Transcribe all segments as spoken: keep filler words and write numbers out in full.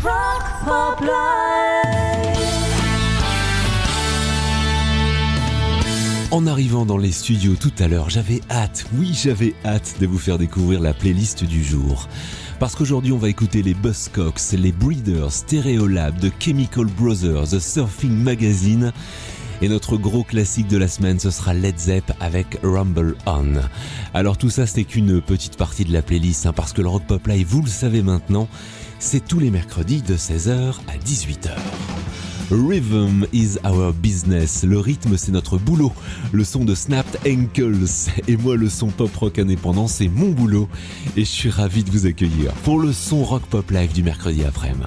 Rock Pop Live. En arrivant dans les studios tout à l'heure, j'avais hâte, oui j'avais hâte de vous faire découvrir la playlist du jour. Parce qu'aujourd'hui on va écouter les Buzzcocks, les Breeders, Stereolab, The Chemical Brothers, The Surfing Magazine. Et notre gros classique de la semaine, ce sera Led Zepp avec Rumble On. Alors tout ça, c'est qu'une petite partie de la playlist, hein, parce que le Rock Pop Live, vous le savez maintenant, c'est tous les mercredis de seize heures à dix-huit heures. Rhythm is our business. Le rythme, c'est notre boulot. Le son de Snapped Ankles. Et moi, le son pop rock indépendant, c'est mon boulot. Et je suis ravi de vous accueillir pour le son Rock Pop Live du mercredi après-midi.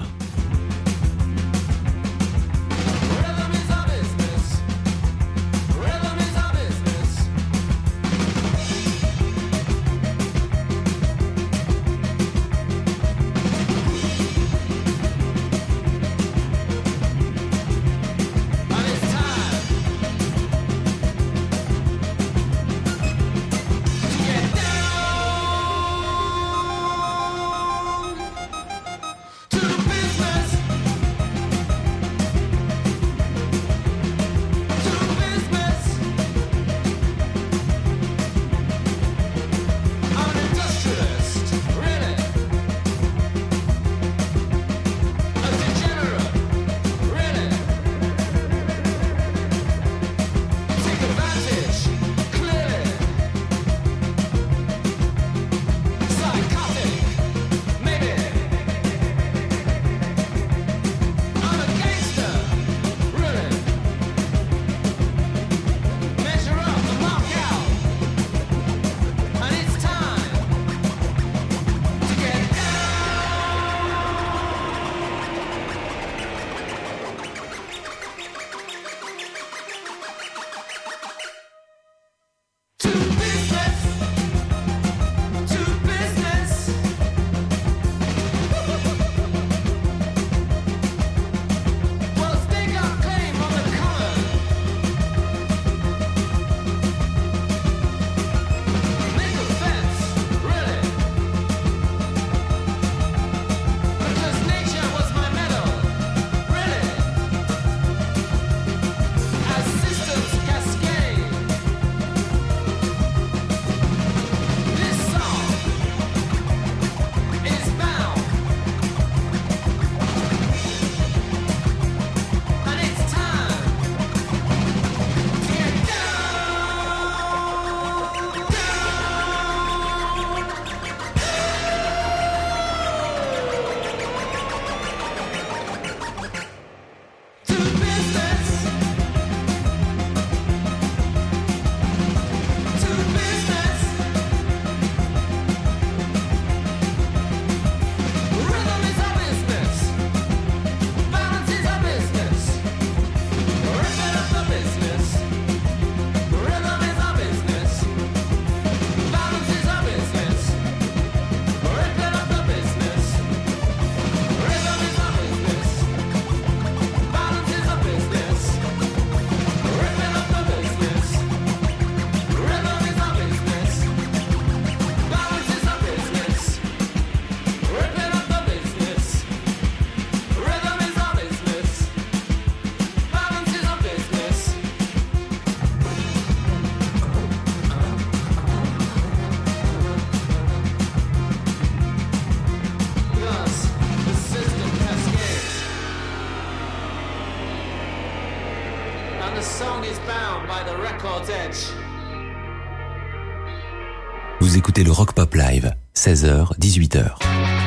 Vous écoutez le Rock Pop Live, seize heures, dix-huit heures.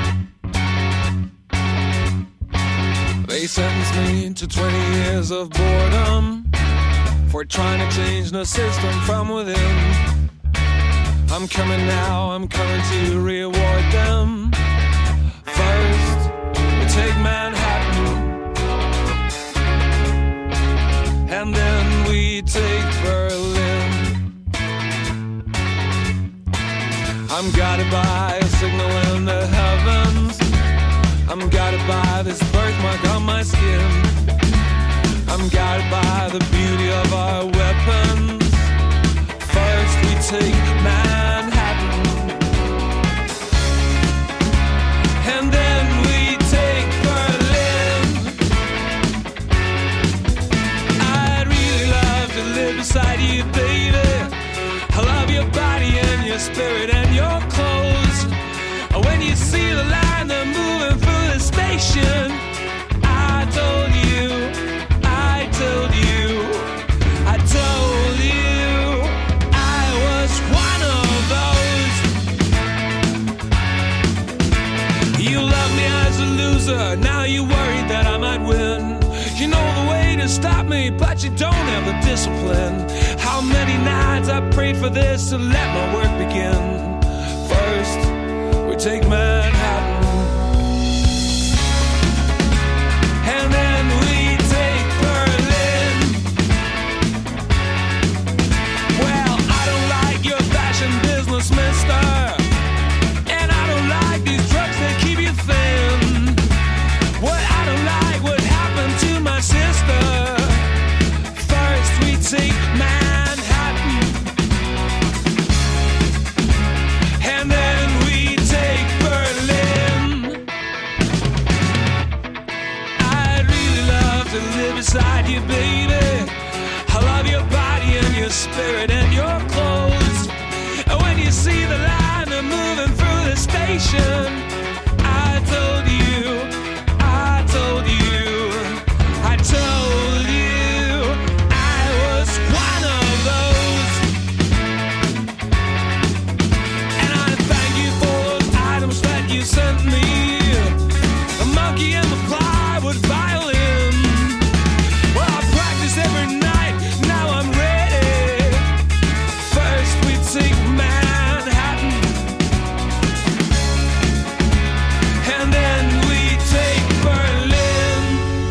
They sentenced me to twenty years of boredom for trying to change the system from within. I'm coming now, I'm coming to reward them. First, we take Manhattan, and then we take Berlin. I'm guided by a signal in the heavens. I'm guided by this birthmark on my skin. I'm guided by the beauty of our weapons. First we take Manhattan, and then we take Berlin. loser. Now you worried that I might win. You know the way to stop me, but you don't have the discipline. How many nights I prayed for this to let my work begin. First, we take Manhattan, and then we take Berlin. Well, I don't like your fashion business, mister, and I don't like these drugs that keep you thin. What I don't like what happened to my sister. First we take Manhattan, and then we take Berlin. I'd really love to live beside you, baby. I love your body and your spirit and your clothes. And when you see the line of moving through the station, I told you, I told you, I told you I was one of those. And I thank you for those items that you sent me. A monkey and the plywood violin. Well, I practice every night, now I'm ready. First we take Manhattan, and then we take Berlin.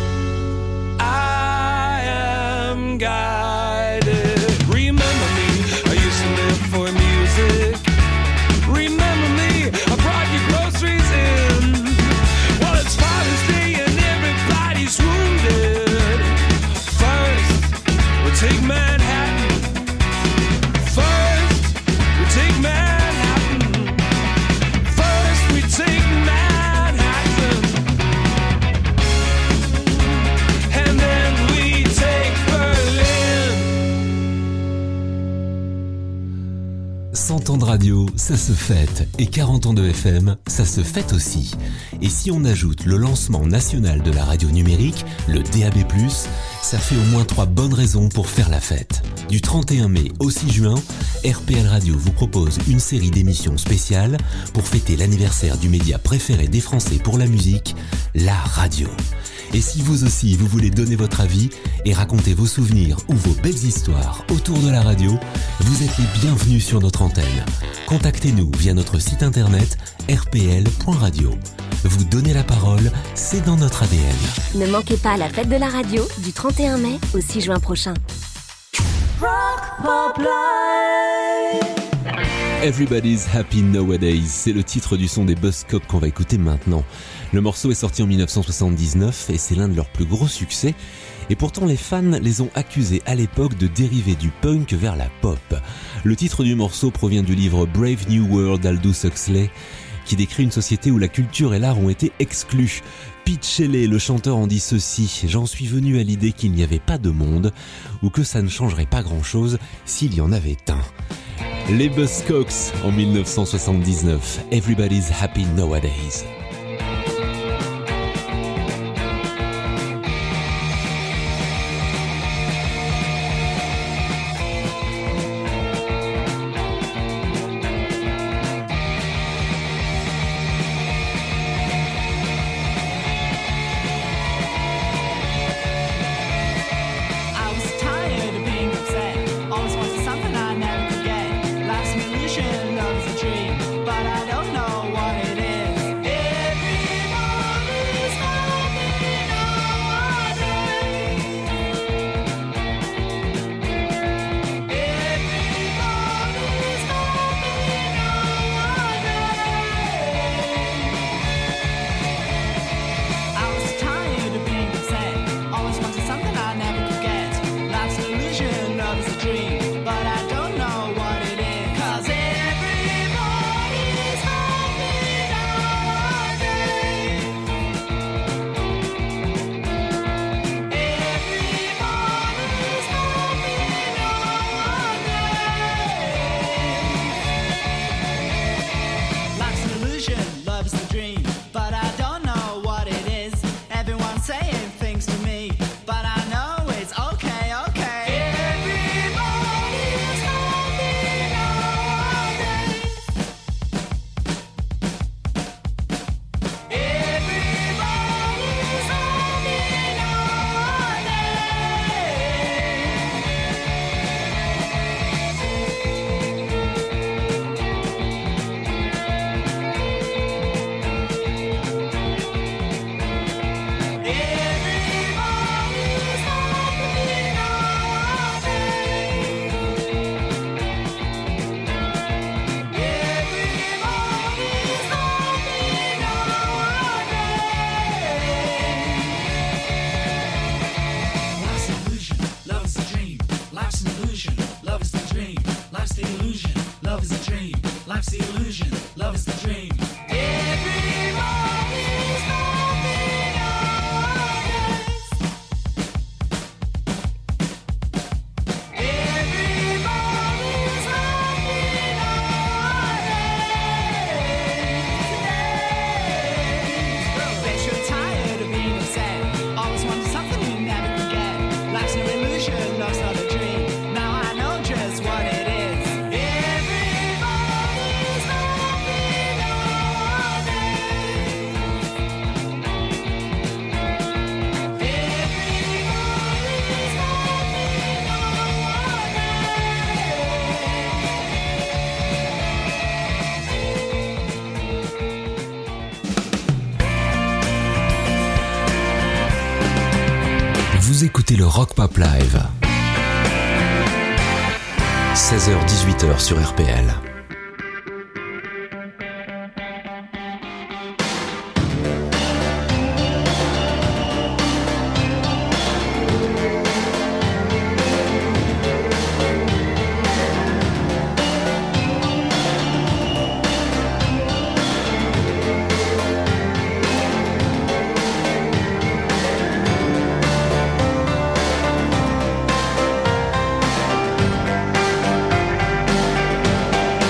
I am guided. Remember me, I used to live for music. Remember me, I brought you groceries in. Well, it's Father's Day and everybody's wounded. First, we take Manhattan. First, we take Manhattan. First, we take Manhattan, and then we take Berlin. cent ans de radio, ça se fête, et quarante ans de F M, ça se fête aussi. Et si on ajoute le lancement national de la radio numérique, le D A B plus, ça fait au moins trois bonnes raisons pour faire la fête. Du trente et un mai au six juin, R P L Radio vous propose une série d'émissions spéciales pour fêter l'anniversaire du média préféré des Français pour la musique, la radio. Et si vous aussi vous voulez donner votre avis et raconter vos souvenirs ou vos belles histoires autour de la radio, vous êtes les bienvenus sur notre antenne. Contactez-nous via notre site internet r p l point radio. Vous donner la parole, c'est dans notre A D N. Ne manquez pas la fête de la radio du trente et un mai au six juin prochain. Rock Pop Live. Everybody's Happy Nowadays, c'est le titre du son des Buzzcocks qu'on va écouter maintenant. Le morceau est sorti en dix-neuf cent soixante-dix-neuf et c'est l'un de leurs plus gros succès. Et pourtant les fans les ont accusés à l'époque de dériver du punk vers la pop. Le titre du morceau provient du livre Brave New World d'Aldous Huxley, qui décrit une société où la culture et l'art ont été exclus. Pete Shelley, le chanteur, en dit ceci: « J'en suis venu à l'idée qu'il n'y avait pas de monde, ou que ça ne changerait pas grand-chose s'il y en avait un. » Les Buzzcocks en dix-neuf cent soixante-dix-neuf, Everybody's Happy Nowadays. Life's mission, love's a dream, but I don't know what it is. Life's the illusion, love is the dream. Everybody's happy nowadays. Everybody's happy nowadays. Bet you're tired of being upset. Always wanted something you never can get. Life's no illusion, love's not a dream. Now I know just what it is. Vous écoutez le Rock Pop Live. seize heures dix-huit heures sur R P L. Everybody's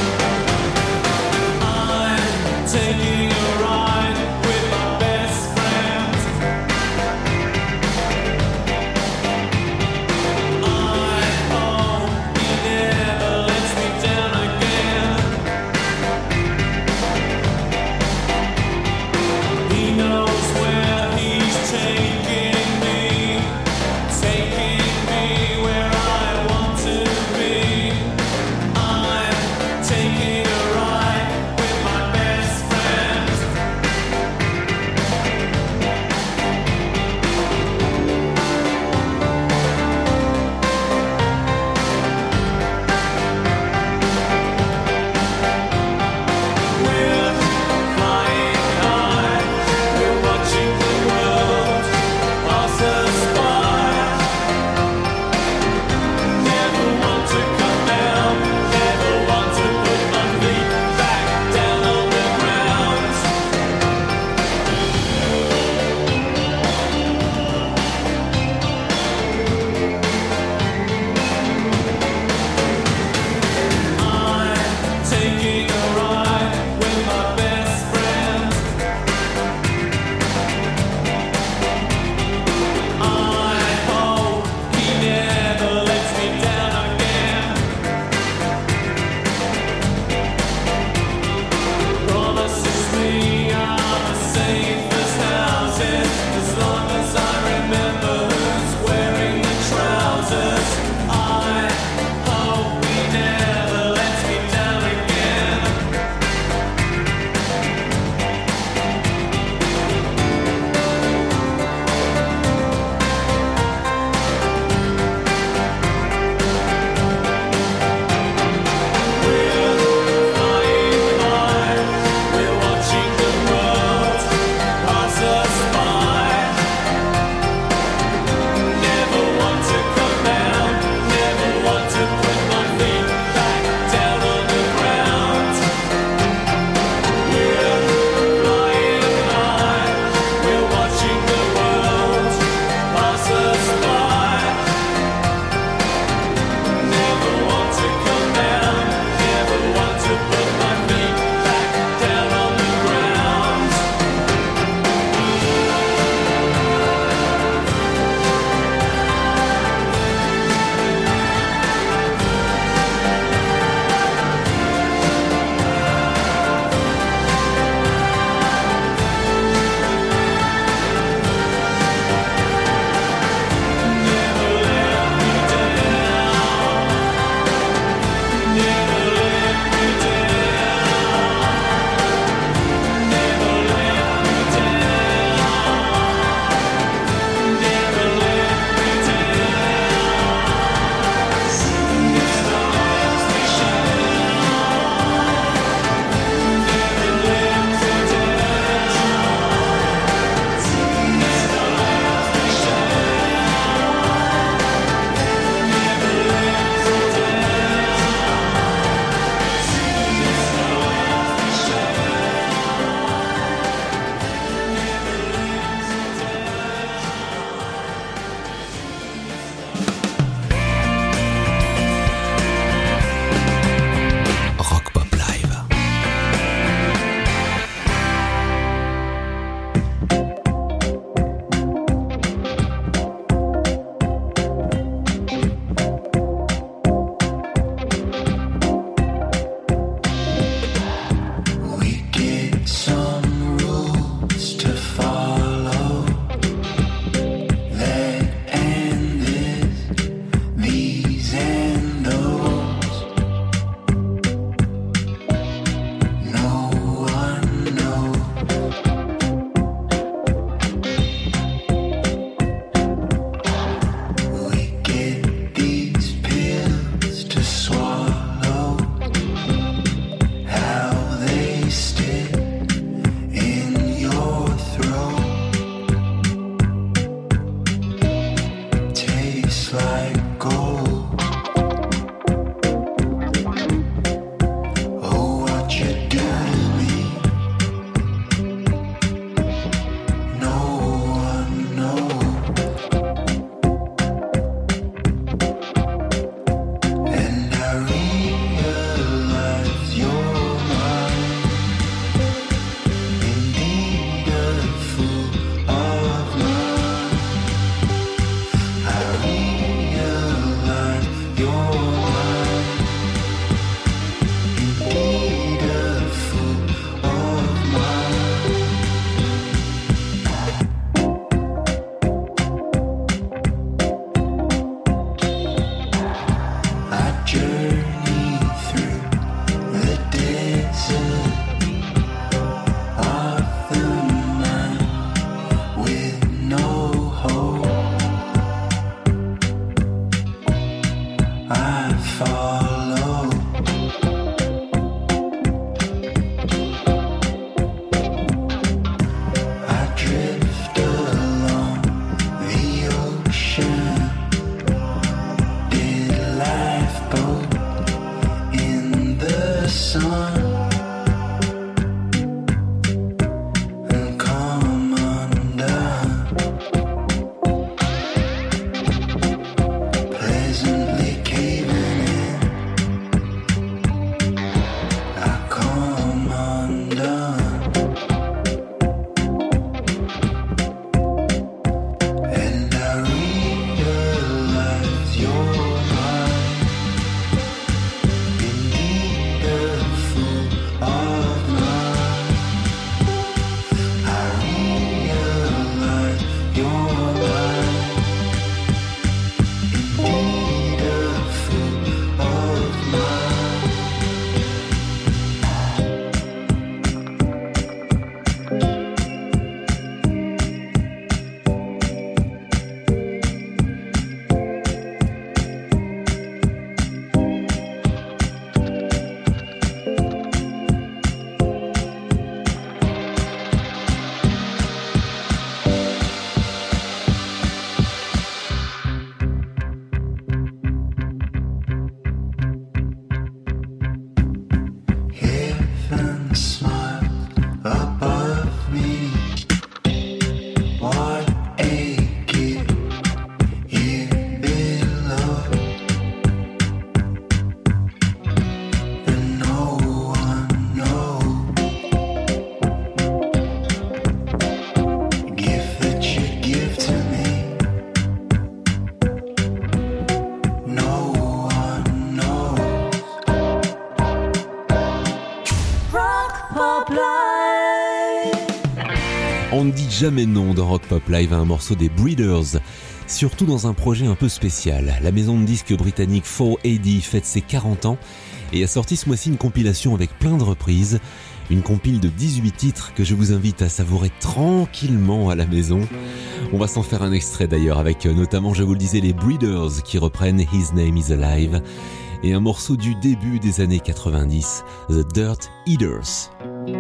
ne dit jamais non dans Rock Pop Live à un morceau des Breeders, surtout dans un projet un peu spécial. La maison de disques britannique quatre A D fête ses quarante ans et a sorti ce mois-ci une compilation avec plein de reprises. Une compile de dix-huit titres que je vous invite à savourer tranquillement à la maison. On va s'en faire un extrait d'ailleurs avec notamment, je vous le disais, les Breeders qui reprennent His Name Is Alive et un morceau du début des années quatre-vingt-dix, The Dirt Eaters.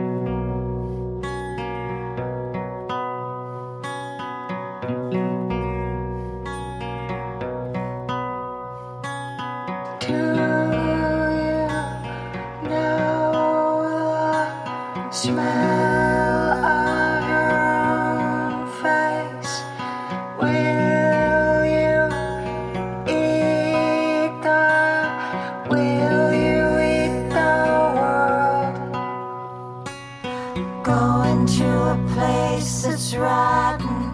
Smell of your own face. Will you eat the, will you eat the world? Go into a place that's rotten.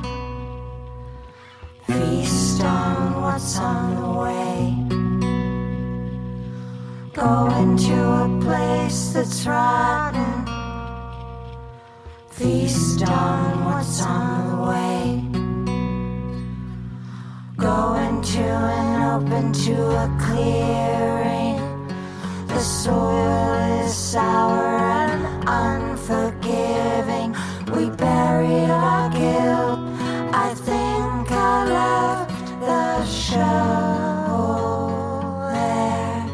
Feast on what's on the way. Go into a place that's rotten. Feast on what's on the way. Go into and open to a clearing. The soil is sour and unforgiving. We buried our guilt. I think I left the shovel there.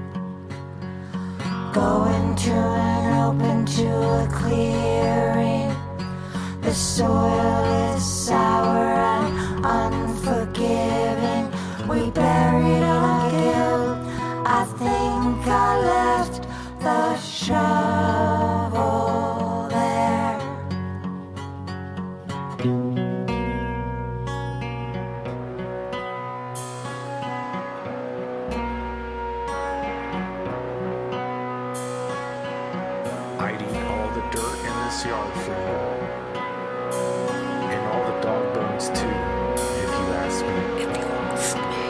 Go into and open to a clearing. The soil is sour and unforgiving. We buried our guilt. I think I left the shovel there. I'd eat all the dirt in this yard for you. And all the dog bones too, if you ask me. If you ask me.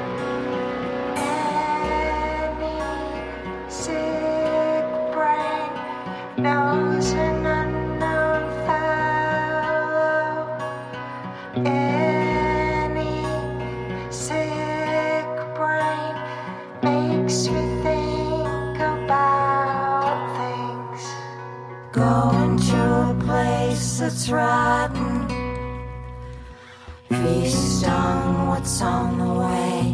Any sick brain knows an unknown fellow. Any sick brain makes me think about things. Go into a place that's rotten. Feast on what's on the way.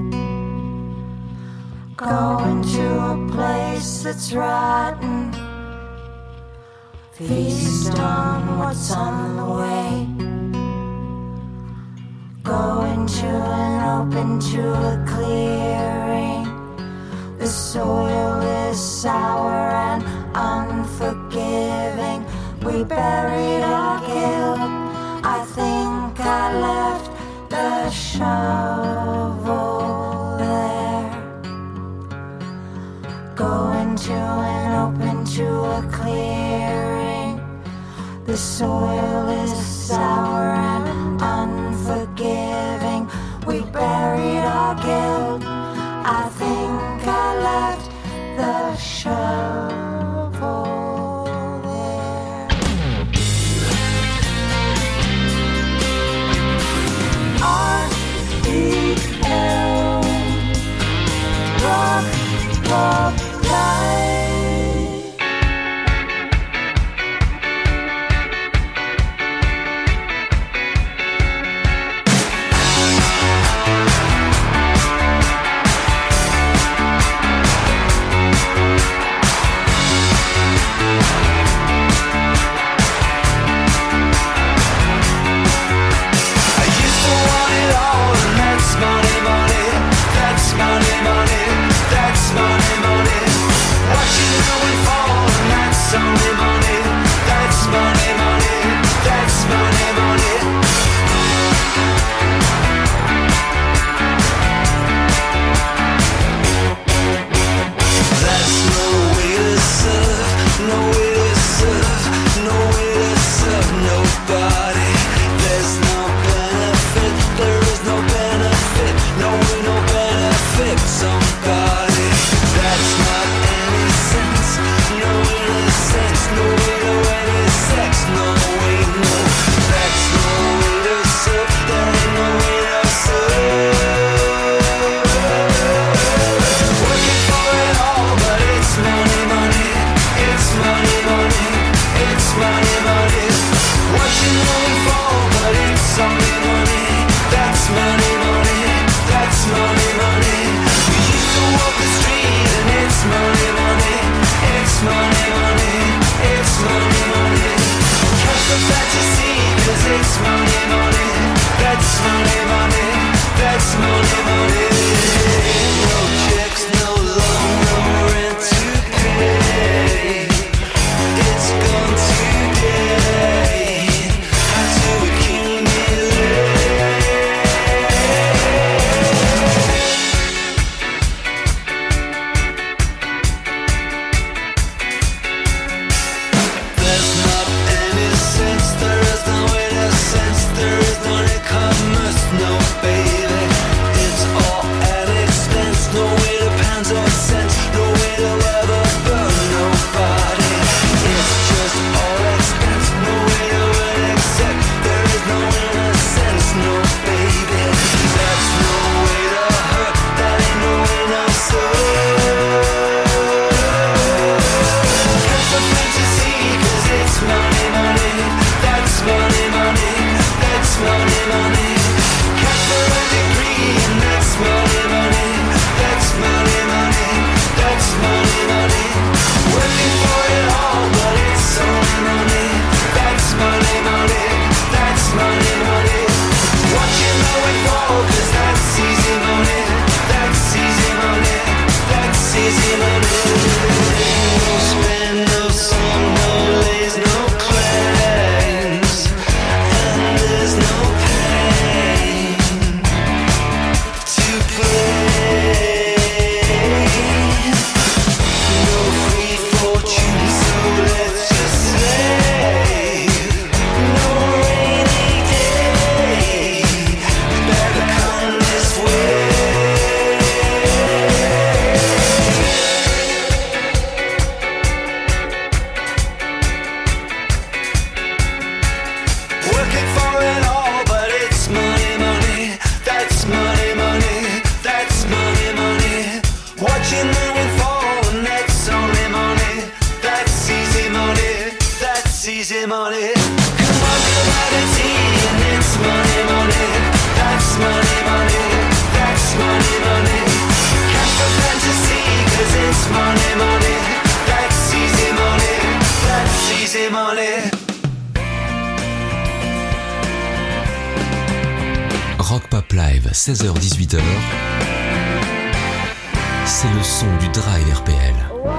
Go into a place that's rotten. Feast on what's on the way. Go into and open to a clearing. The soil is sour and unforgiving. We buried our guilt. I think I left the shovel there. Go into and open to a clearing. The soil is sour and unforgiving. We buried our guilt. I think I left the shovel. Rock Pop Live. Rock Pop Live, seize heures dix-huit heures. C'est le son du Drive R P L.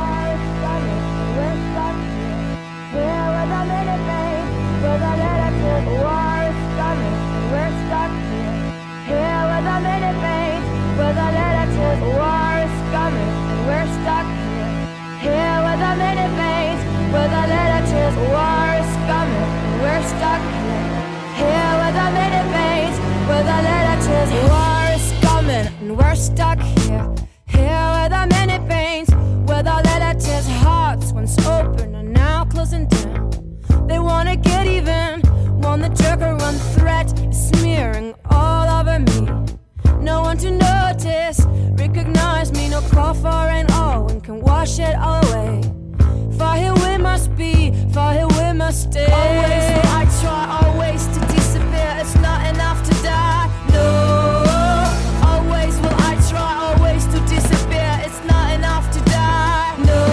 We're stuck here, here with our many pains, with our letter tears, hearts once open are now closing down. They wanna get even, want the jerk or run threat is smearing all over me. No one to notice, recognize me, no call for rain, all one can wash it all away. For here we must be, for here we must stay. Always will I try, always to disappear, it's not enough to die, no. Always will I try, always to disappear, it's not enough to die, no.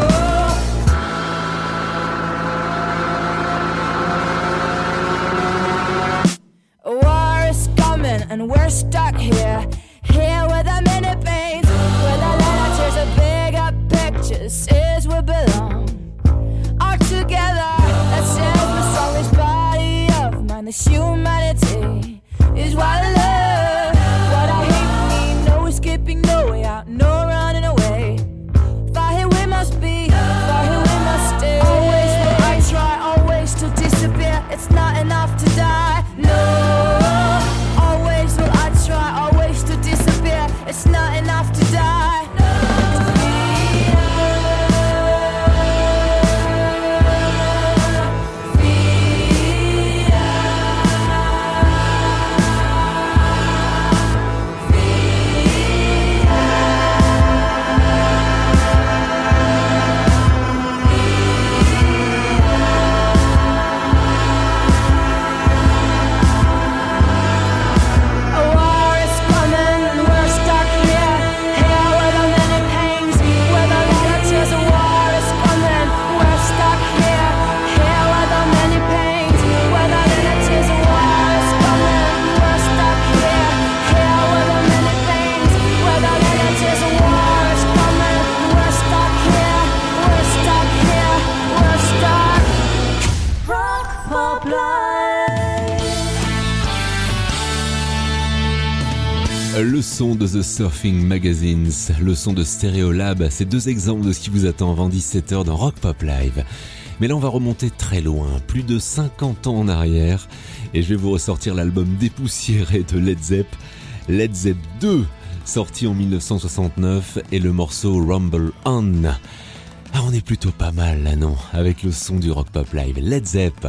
War is coming and we're stuck here, here with our many pains, with our letters of bigger pictures, is we belong. All together, that says the strongest body of mine, this humanity is what I love, what I hate, me, no escaping, no way out, no running away. For here we must be, for here we must stay. Always will I try, always to disappear, it's not enough to die, no. Always will I try, always to disappear, it's not enough to die, no. Le son de The Surfing Magazines, le son de Stereolab, c'est deux exemples de ce qui vous attend avant dix-sept heures dans Rock Pop Live. Mais là on va remonter très loin, plus de cinquante ans en arrière, et je vais vous ressortir l'album dépoussiéré de Led Zepp, Led Zepp deux, sorti en mille neuf cent soixante-neuf, et le morceau Rumble On. Ah, on est plutôt pas mal là, non, avec le son du Rock Pop Live, Led Zepp.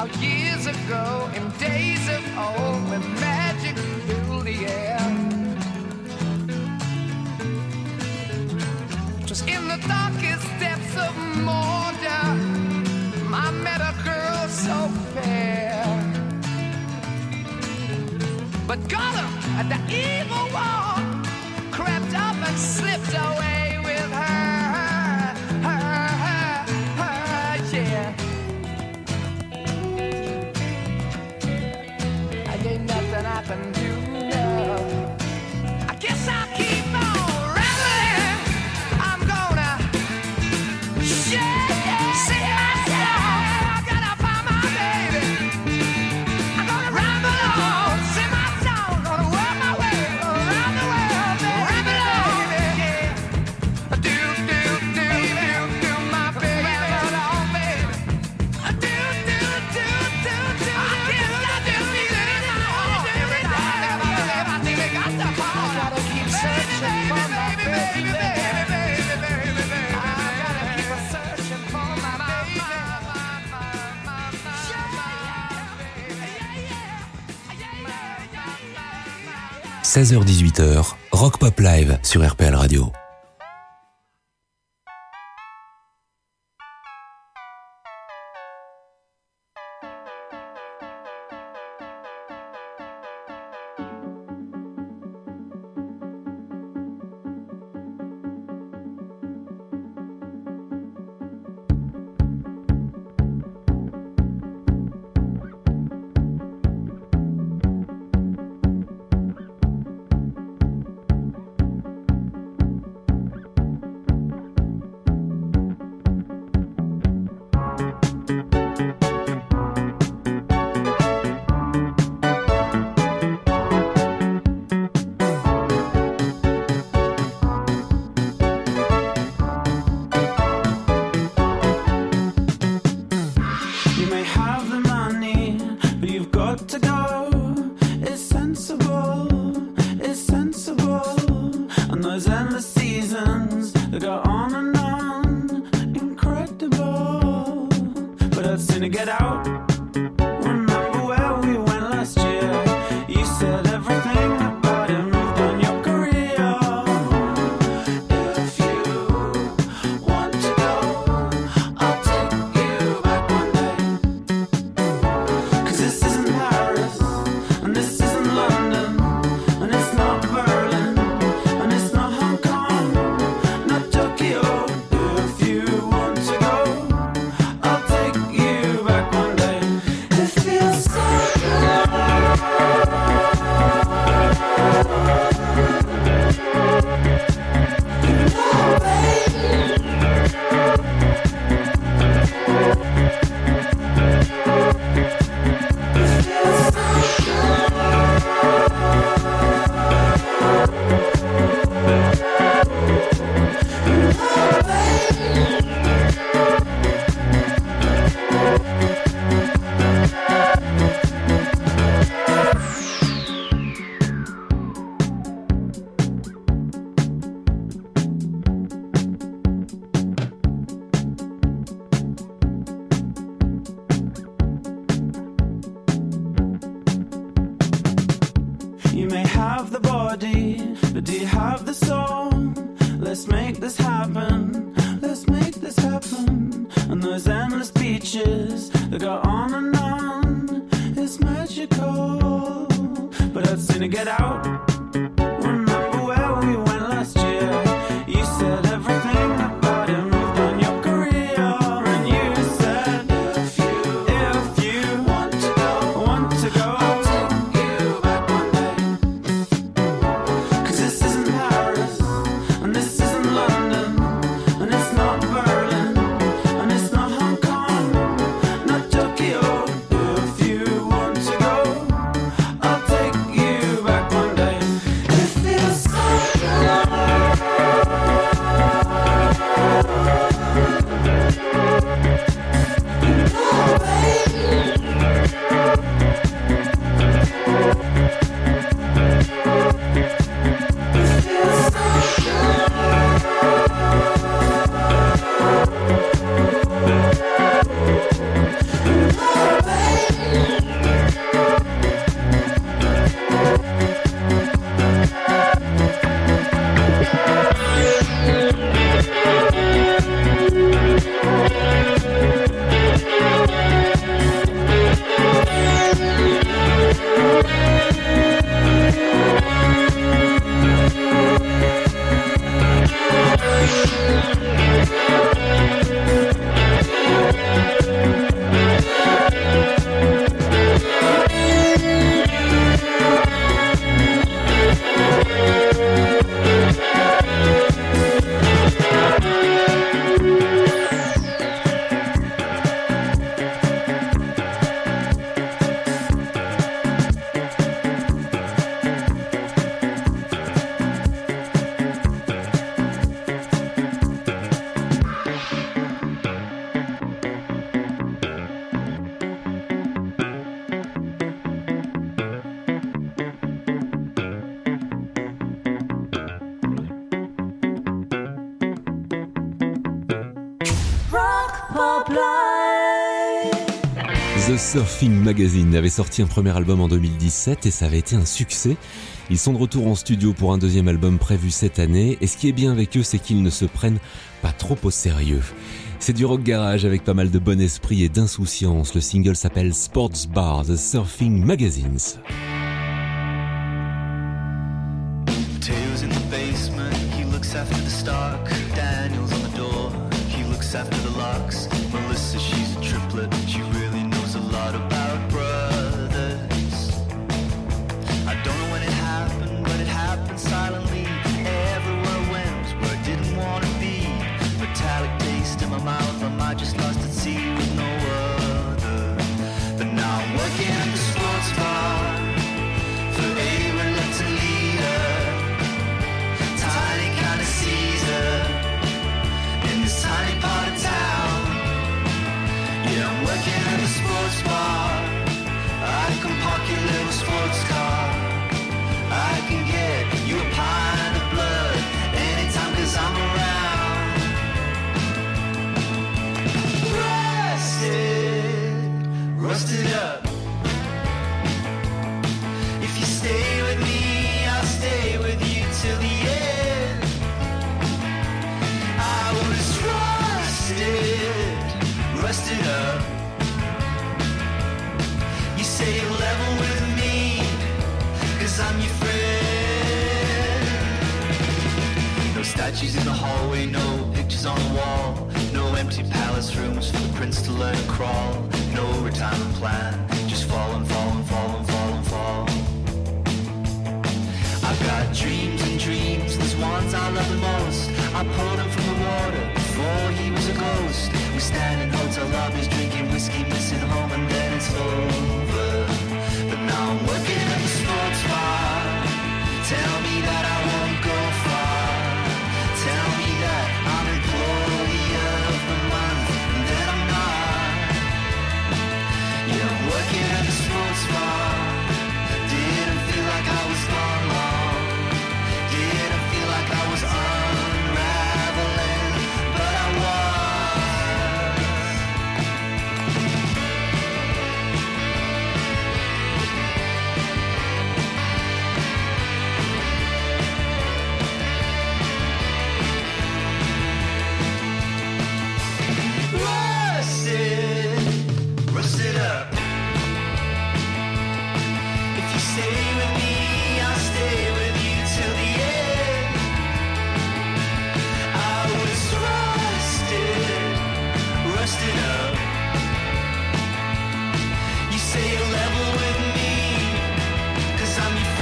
how years ago in days of old when magic filled the air. Just in the darkest depths of Mordor, I met a girl so fair. But Gollum, the evil one, crept up and slipped away with her, her, her, her, yeah. I ain't nothing I can do now. I guess I'll keep on rambling. I'm gonna share, sing my song. I gotta find my baby. I'm gonna ramble on, sing my song. Gonna work my way around the world, baby. Ramble on, yeah. Do, do, do, do, do, my baby. Ramble on, baby. Do, do, do, do, do. I guess I do feel it in my heart every time. I think I got the power. I gotta keep searching for my baby, baby, baby, baby, baby, baby. I gotta keep searching for my baby, my, my, my, my, my. seize heures dix-huit heures, Rock Pop Live sur R P L Radio. You may have the money, but you've got to go. It's sensible, it's sensible. And those endless seasons that go on and on, incredible. But I'd sooner get out. Remember where we went last year? You said everything about it moved on your career. If you want to go, I'll take you back one day. 'Cause this isn't Paris, and this isn't London, and it's not Berlin, and it's not Hong Kong, not Tokyo. If you want to go, I'll take you back one day. It feels so good. Oh, baby. It feels so good. Oh, baby. You may have the body, but do you have the soul? Let's make this happen. Let's make this happen. And those endless beaches that go on and on, it's magical. But I'd sooner get out. Remember where we went last year? You said everything about it moved on your career. And you said if you, if you want to go, want to go, I'll take you back one day. 'Cause this isn't Paris, and this isn't London, and it's not Berlin, and it's not Hong Kong, not Tokyo. If you want to go, I'll take you back one day. Pop Live. The Surfing Magazine avait sorti un premier album en deux mille dix-sept et ça avait été un succès. Ils sont de retour en studio pour un deuxième album prévu cette année et ce qui est bien avec eux, c'est qu'ils ne se prennent pas trop au sérieux. C'est du rock garage avec pas mal de bon esprit et d'insouciance. Le single s'appelle Sports Bar, The Surfing Magazines. Tails in the basement, he looks after the stock. Daniel's on the door, he looks after the locks. Melissa, she's a triplet, she really knows a lot about brothers. I don't know when it happened, but it happened silently. Everywhere I went was where I didn't want to be. Metallic taste in my mouth, I might just lost at sea with no other. But now I'm working at the sports bar for a reluctant leader. Tiny kind of Caesar in this tiny part of town. Yeah, I'm working at the sports bar. I can park your little sports car. I can get you a pint of blood anytime, cause I'm around. Rusted, rusted up. If you stay with me, I'll stay with you till the end. I was rusted, rusted up. You say you're level with me, cause I'm your friend. No statues in the hallway, no pictures on the wall. No empty palace rooms for the prince to learn to crawl. No retirement plan, just fall and fall and fall and fall and fall. I've got dreams and dreams, there's ones I love the most. I pulled him from the water before he was a ghost. We stand in hotel lobbies drinking whiskey, missing home, and then it's over. But now I'm working at the sports bar. Tell me that I won't go far. Tell me that I'm employee of the month, and then I'm not. Yeah, I'm working at the sports bar. Didn't feel like I was gone long. Didn't feel like I was unraveling, but I was. Rusted, rusted up. If you stay with me, I'll stay with you till the end. I was rusted, rusted up. You say you're level with me, cause I'm your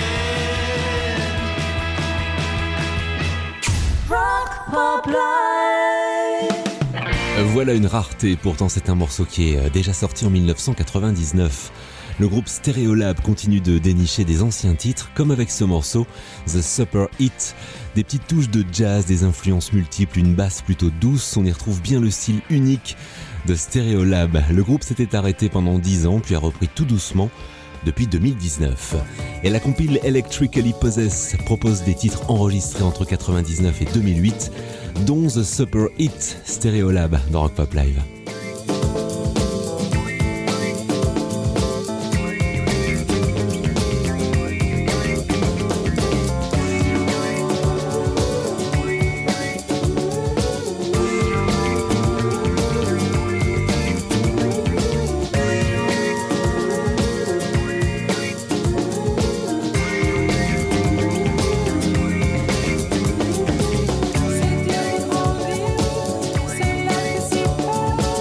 friend. Rock Pop Live. Voilà une rareté, pourtant c'est un morceau qui est déjà sorti en dix-neuf cent quatre-vingt-dix-neuf. Le groupe Stereolab continue de dénicher des anciens titres, comme avec ce morceau, The Super Hit. Des petites touches de jazz, des influences multiples, une basse plutôt douce, on y retrouve bien le style unique de Stereolab. Le groupe s'était arrêté pendant dix ans, puis a repris tout doucement depuis deux mille dix-neuf. Et la compile Electrically Possessed propose des titres enregistrés entre quatre-vingt-dix-neuf et deux mille huit, dont The Super Hit, Stereolab dans Rock Pop Live. C'est dur de grandir, c'est là que c'est pas.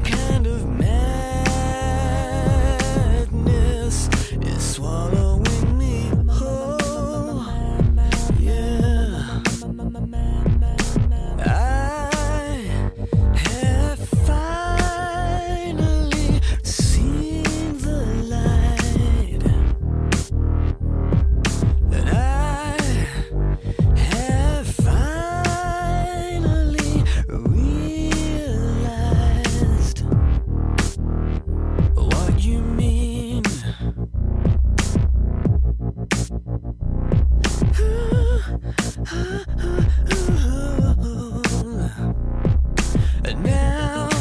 kind of madness is swallowing me whole. Yeah, I have finally seen the light, and I have finally realized what you mean. And now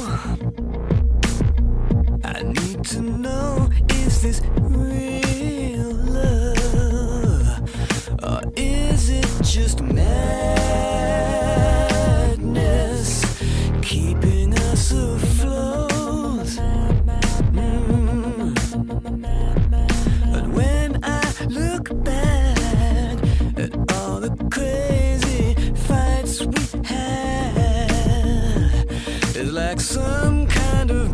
I need to know, is this real love, or is it just madness keeping us afloat? Mm. And when I look back at all the crazy fights we had, it's like some kind of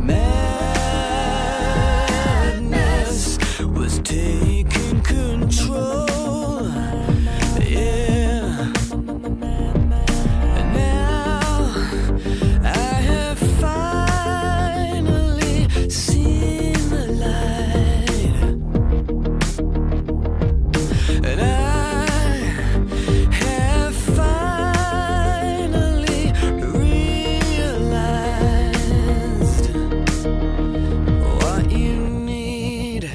madness was taking control. Yeah. And now I have finally seen the light, and I have finally realized what you need.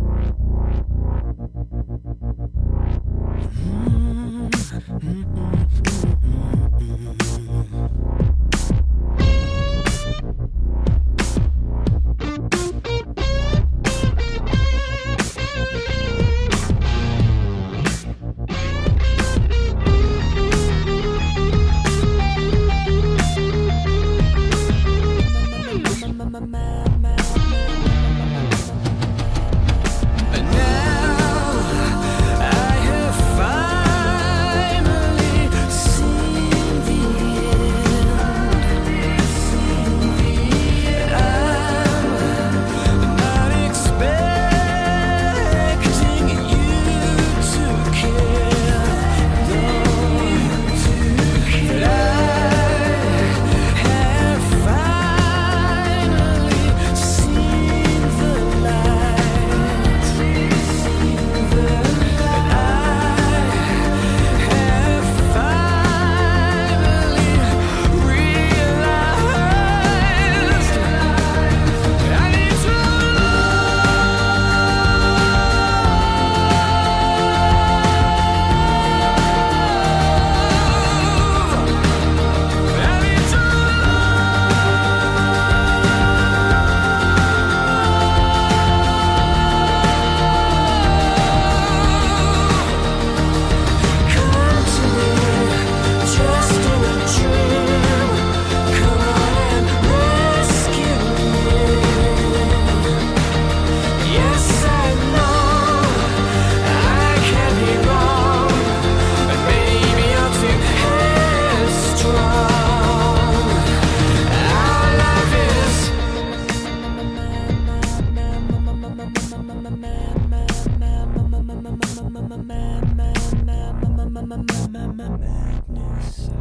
And now I have finally seen the end. And I'm not expecting you to care, but I have finally seen the light, and I have finally realized I need to love. I need to come to me, just in a dream. Come on and rescue me. Yes, I know I can be wrong, but maybe I'm too headstrong. Our love is madness.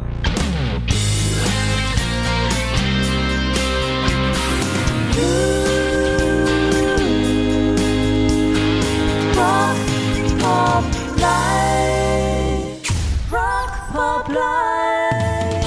Rock Pop Live. Rock Pop Live.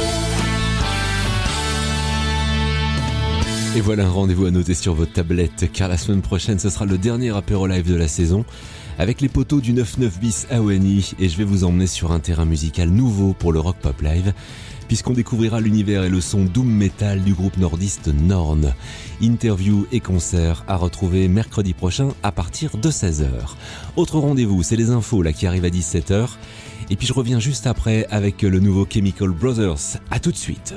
Et voilà un rendez-vous à noter sur votre tablette, car la semaine prochaine ce sera le dernier apéro live de la saison avec les poteaux du neuf neuf bis à Wany, et je vais vous emmener sur un terrain musical nouveau pour le Rock Pop Live, puisqu'on découvrira l'univers et le son doom metal du groupe nordiste Norn. Interview et concert à retrouver mercredi prochain à partir de seize heures. Autre rendez-vous, c'est les infos là qui arrivent à dix-sept heures, et puis je reviens juste après avec le nouveau Chemical Brothers. À tout de suite.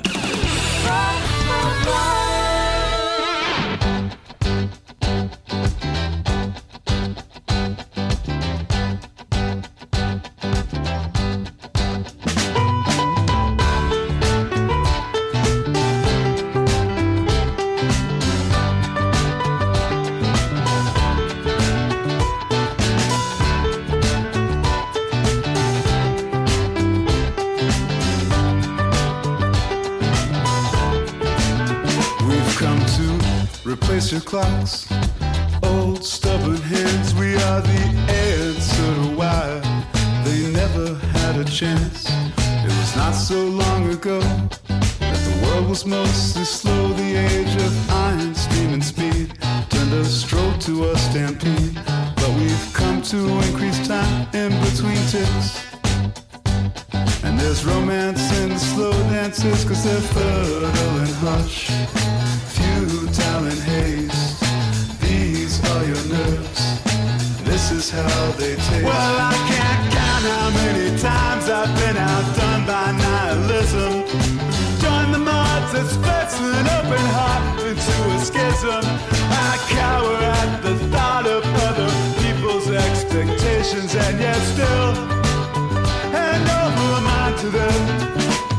replace your clocks. Old stubborn hands, we are the answer to why they never had a chance. It was not so long ago that the world was mostly slow. The age of iron, steam and speed turned a stroll to a stampede. But we've come to increase time in between ticks. And there's romance in the slow dances, cause they're fertile and hush, futile and haste. These are your nerves, this is how they taste. Well, I can't count how many times I've been outdone by nihilism. Join the mods that splits an open heart into a schism. I cower at the thought of other people's expectations, and yet still hand over mine to them.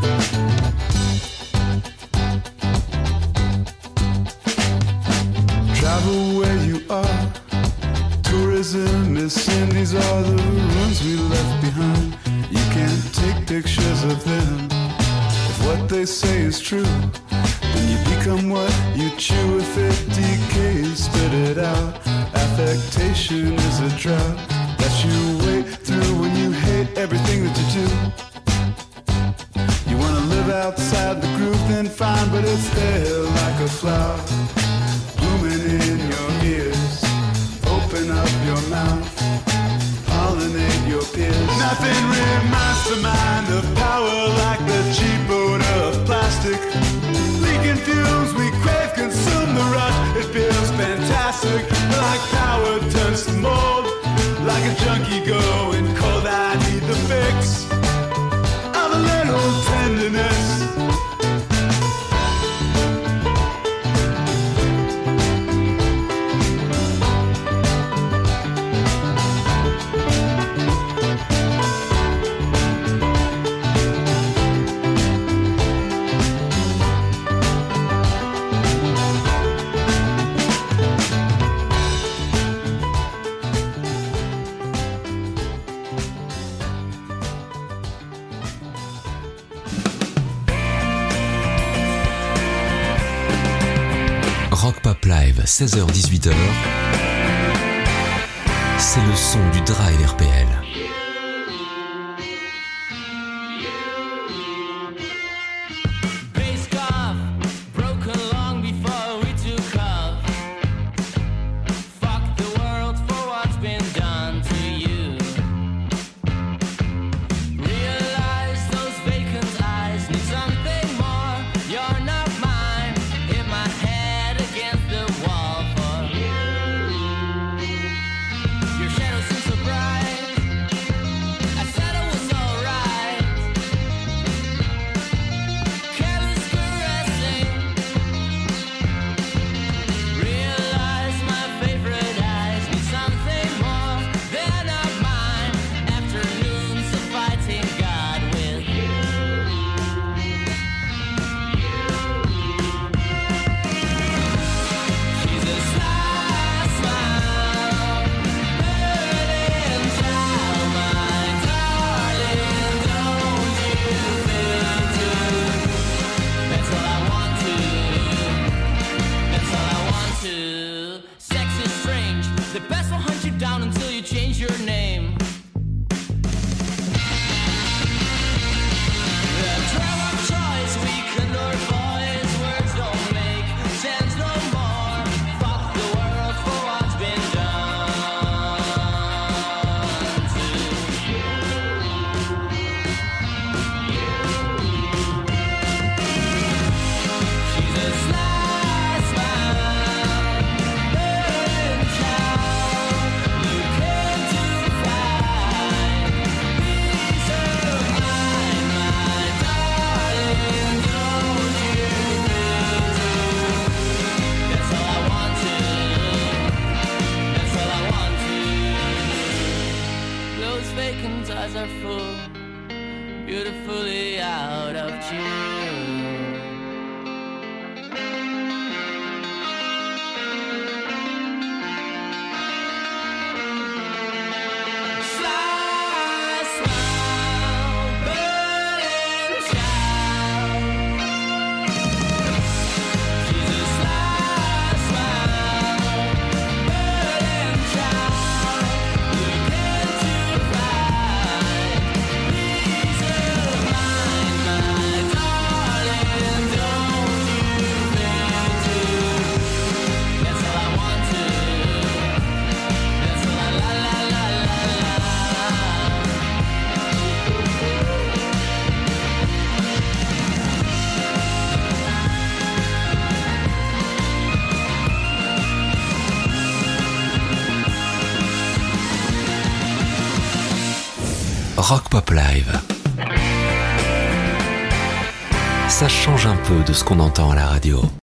Travel where you are. Tourism is sin. These are the ruins we left behind. You can't take pictures of them. If what they say is true, then you become what you chew. If it decays, spit it out. Affectation is a drought that you wait through when you hate everything that you do. You wanna live outside the groove, then fine, but it's there like a flower blooming in your ears. Open up your mouth, pollinate your peers. Nothing reminds the mind of power like the cheap odor of plastic. Leaking fumes we crave, consume the rush. It feels fantastic, like power turns to mold. Like a junkie going cold, I need the fix of a little tenderness. Rock Pop Live, seize heures dix-huit heures. C'est le son du Drive R P L. Rock Pop Live. Ça change un peu de ce qu'on entend à la radio.